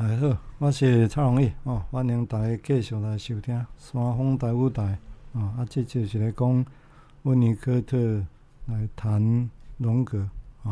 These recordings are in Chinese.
大家好，我是蔡荣义欢迎大家继续来收听山风台语台这就是来讲温尼科特来谈荣格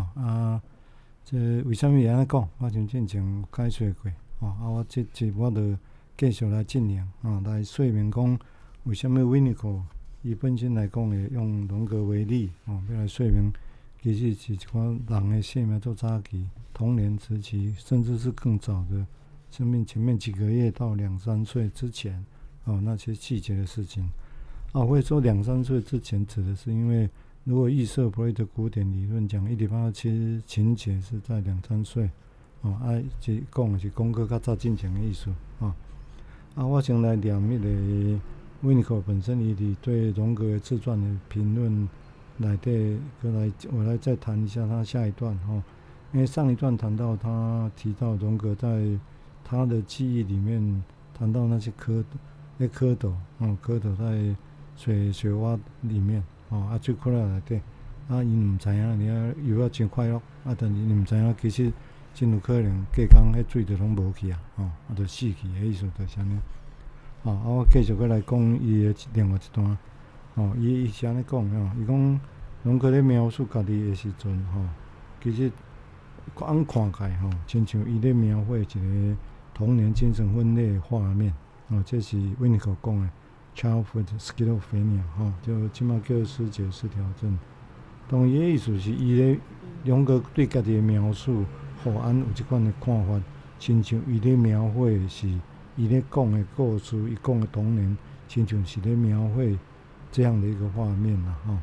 这为什么会安尼讲？我像之前有解说过我这集我就继续来进行来说明讲为什么温尼科伊本身来讲会用荣格为例要来说明，其实是一寡人的生命做早期、童年时期，甚至是更早的生命前面几个月到2-3岁之前那些细节的事情会说2-3岁之前，指的是因为如果预设弗洛伊德古典理论讲1.8其实情节是在2-3岁这讲的是讲个较早进前的意思我先来念那个维尼口本身伊对荣格的自传的评论内底，我来再谈一下他下一段因为上一段谈到他提到荣格在他的记忆里面谈到那些蝌蚪在水洼里面水窟窿内底伊毋知影，你游真快乐但是你毋知影其实真有可能隔工迄水就拢无去就死去的意思就是安尼我继续来讲伊的另外一段伊是安尼讲伊讲荣格咧描述家己的时阵其实按看起来亲像伊咧描绘一个童年精神分裂的画面这是维尼口讲的 childhood schizophrenia 就即马叫思觉失调症。当伊的意思是伊咧荣格对家己的描述互咱有即款的看法，亲像伊咧描绘的是伊咧讲的故事，伊讲的童年亲像是咧描绘这样的一个画面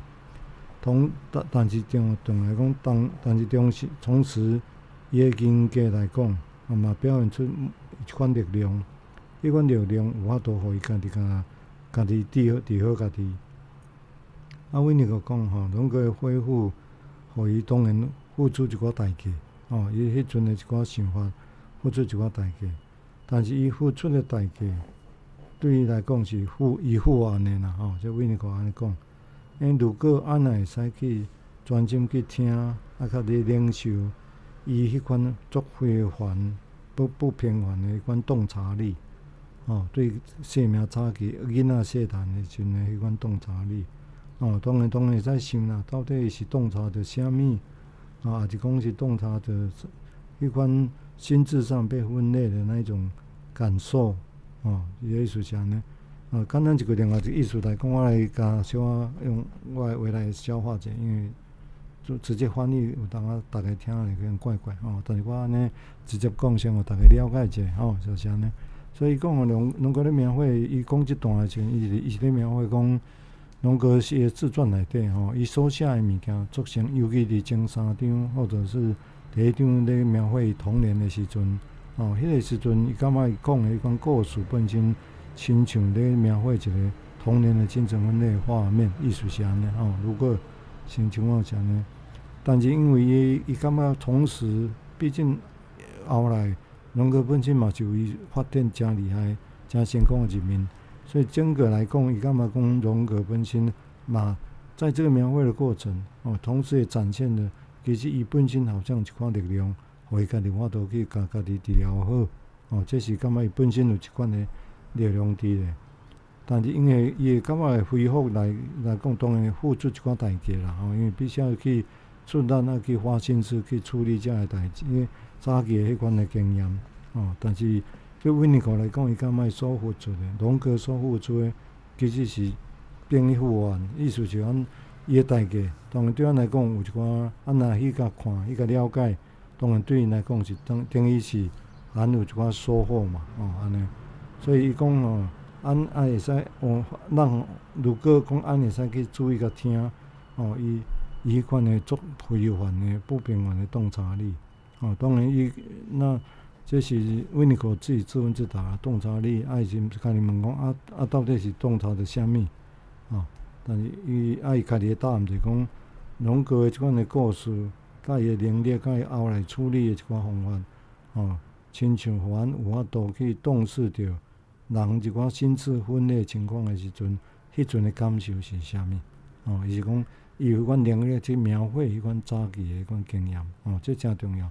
但是对来讲，但是同时伊的人格来讲嘛表现出一款力量，迄款力量有法度互伊家己治好家己维尼克讲荣格的恢复互伊当然付出一寡代价伊迄阵的一寡想法付出一寡代价，但是伊付出的代价对伊来讲是伊付完的啦这维尼克安尼讲。如果咱会使去专心去听较去领受伊迄款足非凡不平凡的迄款洞察力对生命早期囡仔细汉的时阵的迄款洞察力当然会使想啦，到底是洞察着啥物还是讲是洞察着迄款心智上被分裂的那种感受伊的意思是安尼简单一个另外一个意思来讲，我来甲小用我的话来消化者，因为直接翻译有当大家听会有怪怪但是我安尼直接讲先，互大家了解者就是安尼。所以讲荣格咧描绘，伊讲这段的时阵，伊是咧描绘讲荣格是个自传内底伊所写的物件组成，尤其伫前3章或者是第1章咧描绘童年的时阵迄个时阵伊感觉伊讲的迄款故事本身亲像咧描绘一个童年的精神分裂画面，意思是安尼如果像情况是安尼，但是因为伊感觉同时，毕竟后来荣格本身嘛是有伊发展真厉害、真成功的一面，所以整个来讲，伊感觉讲荣格本身嘛，在这个描绘的过程同时也展现了其实伊本身好像一款力量，互伊家己法度去家己治疗好这是感觉伊本身有一款的力量伫咧，但是因为伊会感觉会恢复来讲，当然付出一寡代价啦因为必须要去出力去花心思去处理这样的代志，因为早期的迄款的经验但是对维尼克来讲，伊感觉所付出的荣格所付出的其实是等于付完，意思是讲伊的代价，当然对咱来讲有一寡若去甲看、去甲了解，当然对因来讲是等于是含有一寡收获嘛安尼。所以伊讲咱会使咱如果讲咱会使去注意甲听伊迄款的足非凡的不平凡的洞察力当然那这是维尼克自己自问自答洞察力是家己问讲到底是洞察着啥物但是伊家己的答案就是讲荣格的即款的故事甲伊的能力甲伊后来处理的一寡方法亲像互咱有法度去洞视着人一寡心智分裂情况的时阵，迄阵的感受是啥物伊是讲伊有迄款能力去描绘迄款早期的迄款经验这真重要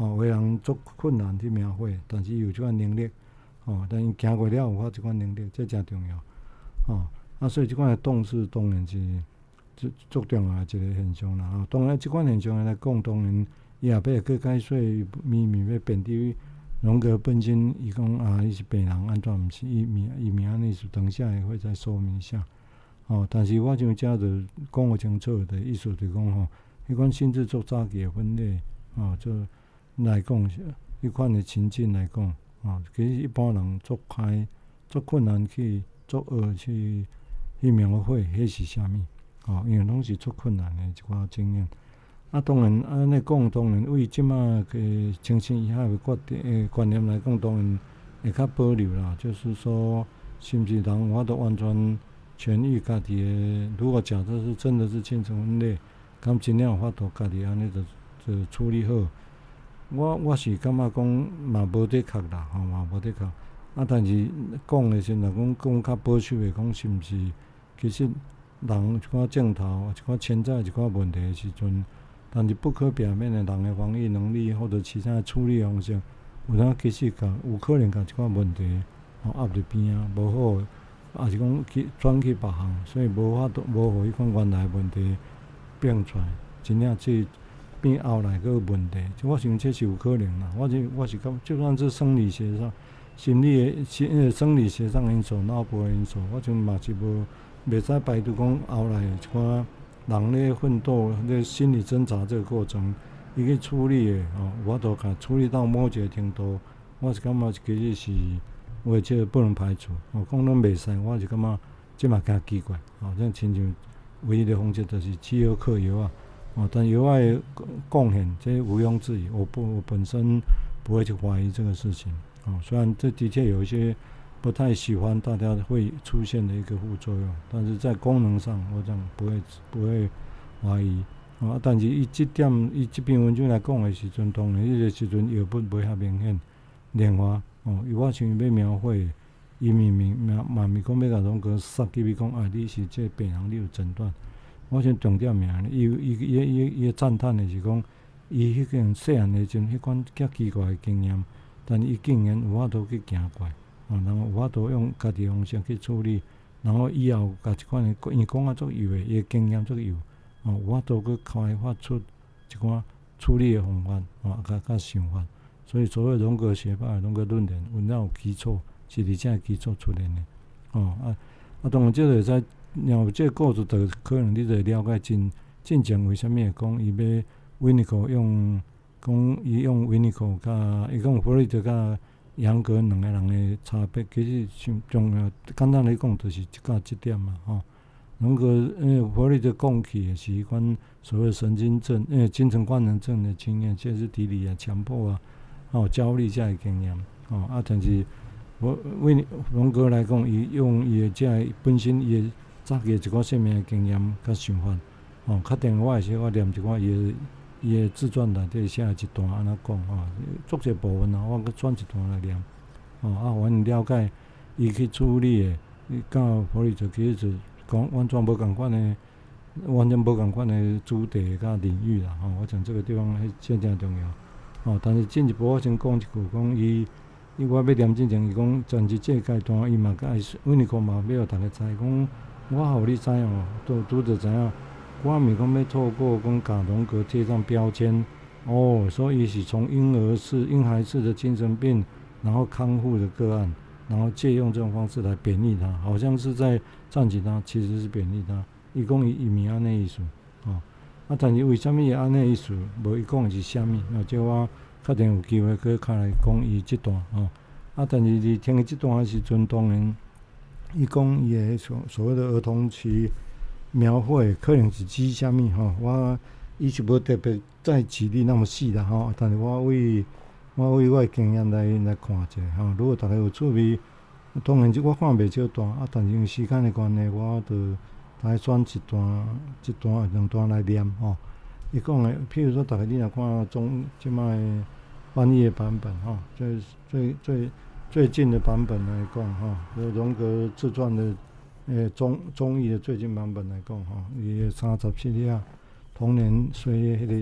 有人足困难去描绘，但是伊有即款能力，但伊行过了有法即款能力，这真重要，所以即款的动势当然是足重要的一个现象啦，当然即款现象来讲，当然伊后壁去解说秘密要变伫荣格本身，伊讲伊是病人，安怎毋是伊名安尼是等下会再说明一下。但是我像遮就讲互清楚的意思就是讲迄款心智足早期的分裂，就来讲，迄款的情境来讲，其实一般人足困难去足学去描绘迄是啥物，因为拢是足困难的一寡经验。当然安尼讲，当然为即马个清醒以下的观念来讲，当然会较保留啦。就是说，是毋是人有法度完全痊愈家己的？如果假设是真的是精神分裂，敢真正有法度家己安尼就处理好？我是感觉讲嘛无得确啦，嘛无得确。但是讲的时若讲较保守的讲，是毋是其实人一寡镜头、一寡潜在一寡问题的时阵，但是不可表面的人的防御能力或者其他的处理方式，有当其实有可能甲即寡问题压入边无好，也是讲转去别项，所以无互迄款原来的问题变出来，真正去变后来个问题，我想这是有可能啦。我是感，就算是生理学上、心理的生理学上因素、脑部的因素，我想嘛是袂使排除讲后来一寡人咧奋斗、咧心理挣扎这个过程，伊去处理的有法度甲处理到某一个程度，我是感觉其实是有诶，这个不能排除。讲拢袂使，我是感觉这嘛较奇怪。像亲像唯一的方式就是只有靠药啊。但药的贡献，这毋庸置疑。我本身不会去怀疑这个事情。虽然这的确有一些不太喜欢大家会出现的一个副作用，但是在功能上，我讲不会怀疑。但是以这篇文章来讲的时阵，当然迄个时阵药物袂遐明显。另外，我想要描绘，伊嘛咪讲要甲荣格塞入去讲，你是这病人，你有诊断。我想重点名，伊赞叹的是讲，伊迄个细汉的时阵，迄款较奇怪的经验，但伊竟然有法度去行过，然后有法度用家己的方式去处理，然后以后甲即款的，因为讲足有诶，伊的经验足有，有法度去开发出一寡处理的方法，甲想法。所以所谓荣格学派、荣格论点，有哪有基础，是伫遮基础出现的。当然，这个会使。然后这个故事就可能你就会了解真正为什么会讲伊要维尼口用维尼口甲伊讲弗洛伊德甲杨格两个人的差别，其实上重要简单来讲就是即点嘛荣格弗洛伊德讲起的是迄款所谓神经症精神官能症的经验，歇斯底里啊、强迫焦虑这的经验但是为荣格来讲，伊用伊的这本身伊的早期一寡生命的经验甲想法，确定我会我念一寡伊的自传内底写一段安怎讲足侪部分我阁选一段来念，反正了解伊去处理的，伊甲弗洛伊德其实就讲完全无共款的主题甲领域啦，我讲这个地方真正重要，但是进一步我先讲一句，讲伊我要念之前，伊讲暂时这个阶段，伊嘛甲维尼科嘛要互大家知讲。我互你知拄着知影，我毋是讲要透过讲甲荣格贴上标签，所以是从婴孩式的精神病，然后康复的个案，然后借用这种方式来贬义他，好像是在赞许他，其实是贬义他。伊讲伊毋是安尼意思，但是为什么伊安尼意思？无伊讲的是啥物？这我确定有机会去较来讲伊这段但是你听伊这段的时阵，当然。伊讲伊的所谓的儿童期描绘，可能是指啥物伊是无特别再举例那么细啦但是我为我的经验来看一下如果大家有趣味，当然我看袂少段但是因为时间的关系，我就大概选一段两段来念伊讲的，譬如说，大家你若看即摆的翻译的版本最近的版本来讲荣格自传的中译的最近版本来讲伊的37页童年岁月迄个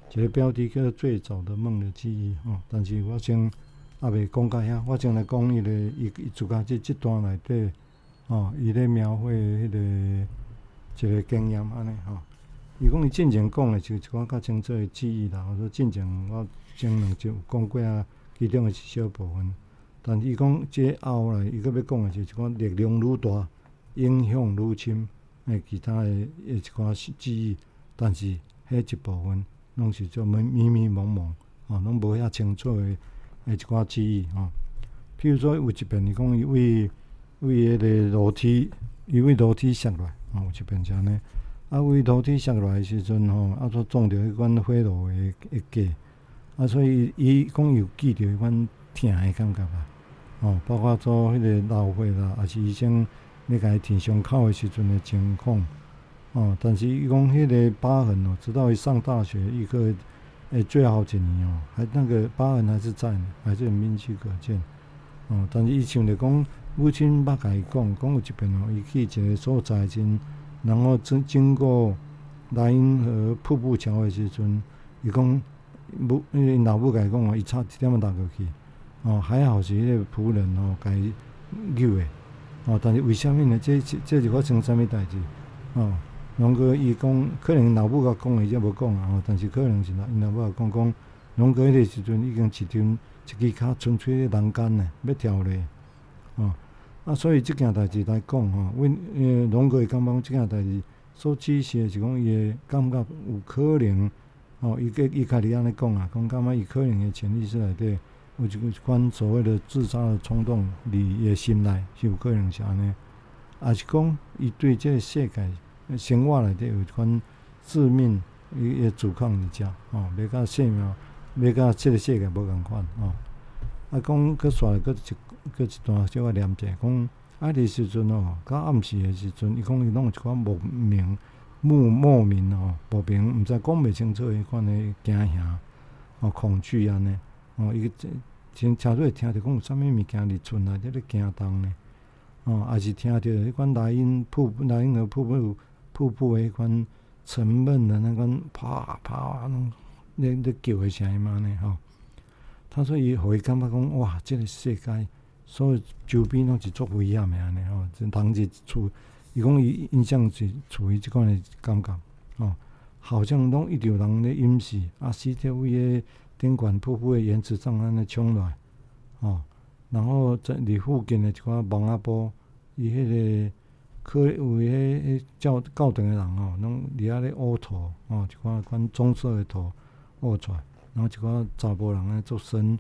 一个标题叫做《最早的梦的记忆》吼，但是我先也未讲到遐，我先来讲伊自家即段内底吼，伊咧描绘迄个一个经验安尼吼。伊讲伊进前讲的就一寡较清楚的记忆啦，或者进前我前两集有讲过啊，其中的一小部分。但伊讲这后来伊阁要讲的是一寡力量愈大，影响愈深诶，其他的一寡记忆，但是迄一部分拢是做迷迷蒙蒙，拢无遐清楚的一寡记忆吼。譬如说有一遍伊讲伊为迄个楼梯，伊为楼梯摔落来，有一遍是安尼。为楼梯摔落来的时阵所撞着迄款火炉的架，所以伊讲有记着迄款疼的感觉啊，包括做迄个流血啦，也是医生咧甲伊填伤口的时阵的情况，但是伊讲迄个疤痕直到伊上大学一个最后一年还那个疤痕还是在呢，还是很明显可见，但是伊想着讲，母亲捌甲伊讲有一遍伊去一个所在然后经过莱茵河瀑布桥的时阵，伊讲因老母甲伊讲伊差一点落过去，还好是迄个仆人甲伊救的，但是为虾米呢？这是发生啥物代志？龙哥伊讲，可能老母甲讲伊则无讲啊，但是可能是因老母甲讲，龙哥迄个时阵已经一支骹纯粹咧人间呢，要跳咧，所以即件代志来讲龙哥会感觉即件代志所指示的是讲，伊会感觉有可能伊家己安尼讲讲感觉伊可能的潜意识内底有一款所谓的自杀的冲动，伫伊的心内是有可能是安尼，也是讲伊对即个世界生活内底有一款致命伊的阻抗伫遮要甲生命，要甲即个世界无共款讲佫煞来佫一段小可念者讲，迄时阵到暗时的时阵，伊讲伊拢有一寡莫名莫名，毋知讲袂清楚迄款的惊吓恐惧安尼伊真诚实听着讲有啥物物件伫厝内底咧惊动呢也是听着迄款莱茵河瀑布的迄款沉闷的那款啪啪咧叫的声音嘛呢他说伊互伊感觉讲，哇，这个世界所有周边拢是足危险的安尼真人是处，伊讲伊印象是处于即款的感觉好像拢一直有人咧淹死尸体为迄顶悬瀑布的岩石上安尼冲落来然后在离附近的一寡蒙阿波，伊迄个有迄教定的人拢伫遐咧呕吐一款棕色的土呕出来。然后一寡查甫人咧做身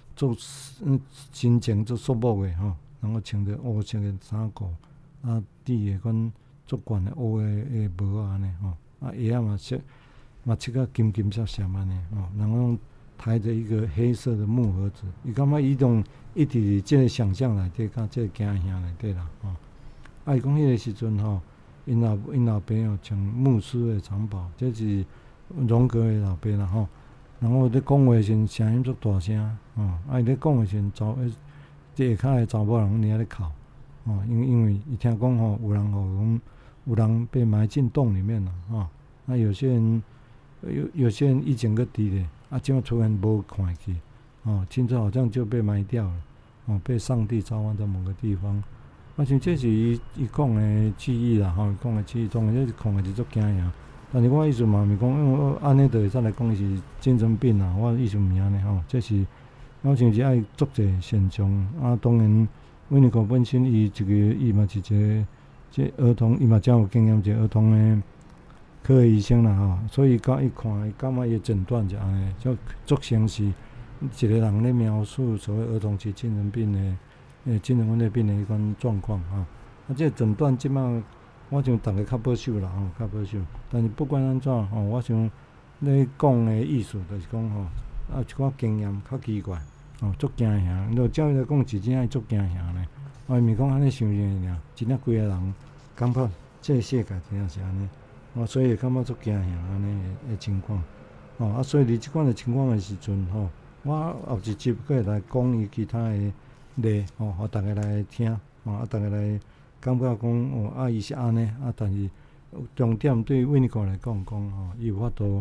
情做肃穆的然后穿着乌色的衫裤戴个款足悬的乌的帽安尼鞋嘛切甲金闪闪安尼然后抬着一个黑色的木盒子，伊感觉伊拢一直伫即个想象内底，甲即个惊吓内底啦伊讲迄个时阵因老爸穿牧师的长袍，这是荣格的老爸啦然后咧讲话时声音足大声伊咧讲话时即下骹的查某人伫遐咧哭因为伊听讲有人被埋进洞里面了有些人以前佫伫咧现在突然无看去现在好像就被埋掉了被上帝召唤到某个地方。像这是伊讲的记忆啦伊讲的记忆中这是看的是足惊吓。但是我意思嘛，毋是讲，因为我安尼就会使来讲是精神病啦。我意思毋是安尼这是我像是爱做者现象当然，维尼科本身伊嘛是一个即儿童，伊嘛真有经验，一个儿童的科学医生啦所以伊看伊感觉伊的诊断就安尼，足像是一个人咧描述所谓儿童期精神病的精神分裂病的迄款状况这个诊断即摆。我想大家较保守啦较保守。但是不管安怎我想咧讲的意思就是讲一寡经验较奇怪足惊吓。若照伊来讲，是真爱足惊吓呢。毋是讲安尼想想尔，真正规个人感觉这个世界真正是安尼所以会感觉足惊吓安尼的情况所以伫即款的情况的时阵我后一集佫会来讲伊其他的例互大家来听大家来。感觉讲伊是安尼但是重点对维尼科来讲伊有法度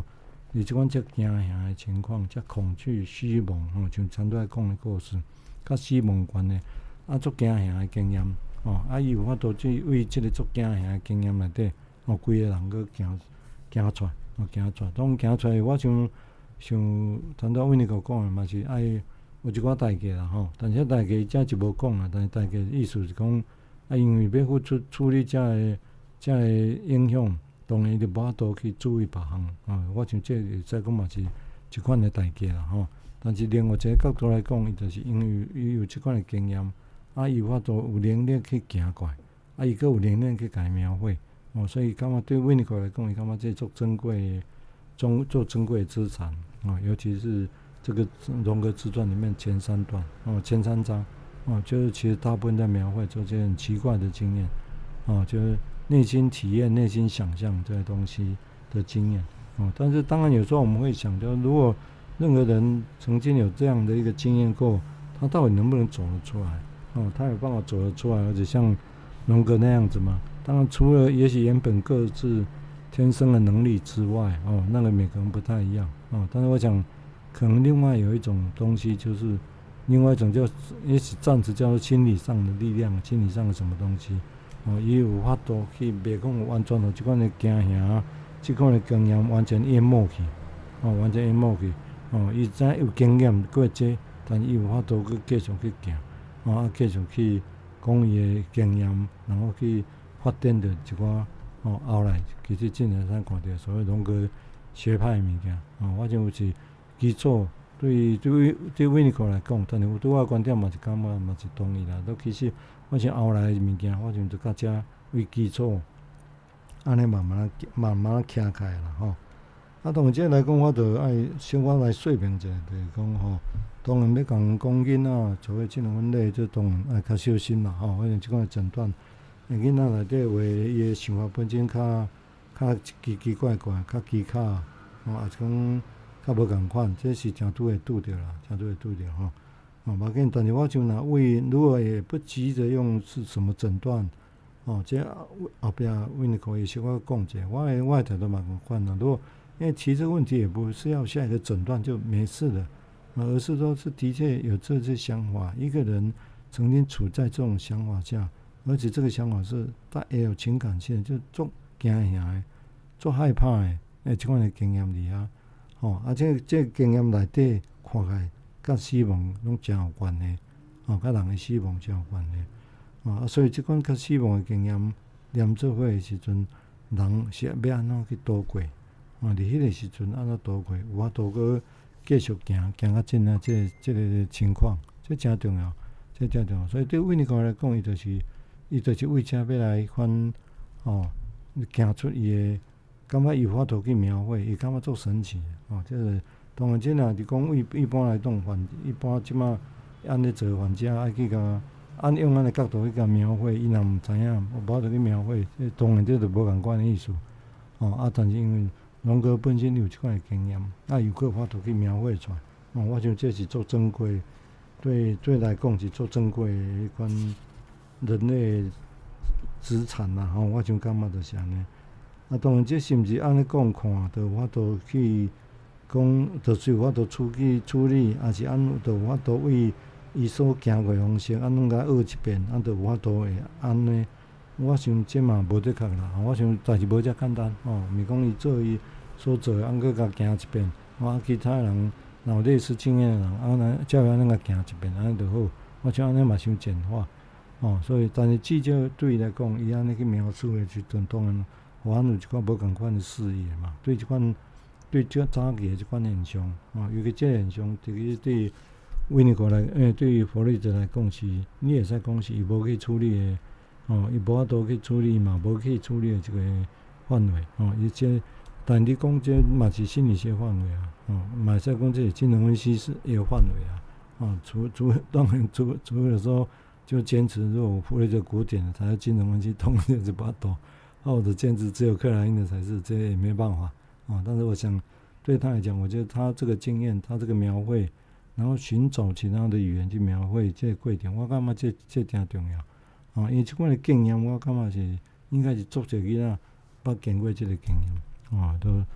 伫即款遮惊吓诶情况，遮恐惧、死亡吼，像常在讲诶故事，甲死亡有关诶，足惊吓诶经验伊有法度去为即个足惊吓诶经验内底，规个人去行出来，行出来。当行出来，我像常在温尼个讲诶嘛是爱有一寡代价啦吼，但是代价遮就无讲啦，但是代价意思是讲因为要付出处理遮个影响。当然，伊就无法度去注意别项我想这会使讲嘛是一款诶代价啦吼。但是另外一个角度来讲，伊就是因为伊有即款诶经验，伊有法度有能力去行过来，伊阁有能力去甲伊描绘所以感觉对维尼克来讲，伊感觉这足珍贵做珍贵的资产尤其是这个荣格自传里面前3段前3章就是其实大部分在描绘这些很奇怪的经验就是内心体验、内心想象这些东西的经验但是当然有时候我们会想到，如果任何人曾经有这样的一个经验过，他到底能不能走得出来他有办法走得出来，而且像荣格那样子吗？当然，除了也许原本各自天生的能力之外那个每个人不太一样但是我想，可能另外有一种东西，就是另外一种也许暂时叫做心理上的力量，心理上的什么东西伊有法度去袂讲完全互即款的惊吓、即款的经验完全淹没去完全淹没去伊知影有经验过这，但伊有法度去继续去行继续去讲伊的经验，然后去发展着一寡后来其实真诶咱看到所谓荣格学派诶物件我认为是基础。对维尼克来讲，但是有对我观点嘛是感觉嘛是同意啦。都其实我想后来的物件，我想就到遮为基础，安尼慢慢徛开啦当然这来讲，我就爱小可来说明一下，就是讲当然要共讲囡仔做伙这两分类，这当然爱较小心啦我想即款诊断，囡仔内底话伊的想法本身较奇怪怪，较奇巧也是讲。较无共款，这是诚拄会拄着啦，诚拄会拄着无要紧。但是我想如果也不急着用是什么诊断这后壁维尼克也小可讲者，我的态度嘛共款啦。如果因为其实这个问题也不是要下一个诊断就没事的而是说是的确有这些想法，一个人曾经处在这种想法下，而且这个想法是他也有情感性，就足惊吓的，足害怕的这款的经验里这经验内底看起来，甲死亡拢真有关系甲人的死亡真有关系所以这款甲死亡的经验连做伙的时阵，人是要安怎去度过伫迄个时阵安怎度过，有法度去继续行到真啊这个情况，这真重要，这真重要。所以对维尼克来讲，伊就是为遮要来行出伊的。感觉伊有法度去描绘，伊感觉足神奇这个当然，这若是讲一般来讲一般即马安尼做患者爱去甲用安尼角度去甲描绘，伊若毋知影，无法度去描绘，这当然这就无共款的意思但是因为荣格本身有即款的经验，有个法度去描绘出来我想这是足珍贵，对来讲是足珍贵的迄款人类的资产啦我想感觉就是安尼。当然，这是毋是安尼讲看，就有法度去讲，就是有法度处理，还是就有法度为伊所行过方式，怎甲学一遍，就有法度会安尼。我想这嘛无得确啦，我想但是无遮简单毋是讲伊做伊所做的，搁甲行一遍，其他人若有类似经验的人，才会安尼甲行一遍，安尼就好。我想安尼嘛伤简化所以但是至少对伊来讲，伊安尼去描述的时阵，当然。有一寡无共款的视野嘛，对这早期的这款现象尤其这现象，其实对维尼克对于弗洛伊德来讲是，你会使讲是伊无去处理的伊无法度去处理嘛，无去处理的这个范围但你讲这嘛是心理学范围嘛会使讲这是精神分析是一个范围当然除了说就坚持，如果弗洛伊德古典的才是精神分析，当然就是不多。或者坚持只有克莱因的才是，这也没办法但是我想对他来讲，我觉得他这个经验，他这个描绘，然后寻找其他的语言去描绘这个过程，我感觉这挺重要因为这款的经验，我感觉是应该是足侪囡仔捌经过这个经验都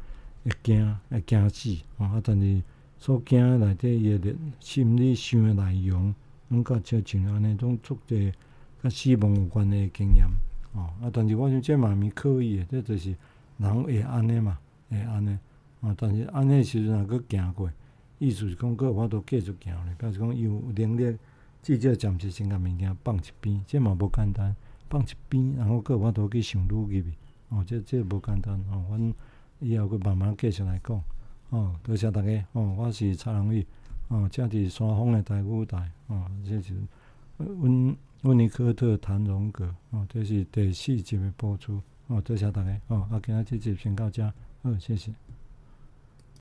会惊死但是所惊内底伊诶心理想诶内容，拢甲像安尼种足侪甲死亡有关诶经验但是我想这嘛毋是刻意诶，这就是人会安尼嘛，会安尼但是安尼时阵若佫行过，意思是讲佫有法度继续行咧，表示讲伊有能力，至少暂时先甲物件放一边，这嘛无简单，放一边，然后佫有法度去想愈入去这无简单阮以后佫慢慢继续来讲多谢大家我是蔡荣宇这伫山峰的台语台这是温尼科特谈荣格这是第4集的播出多谢大家今仔这集先到这好，谢谢。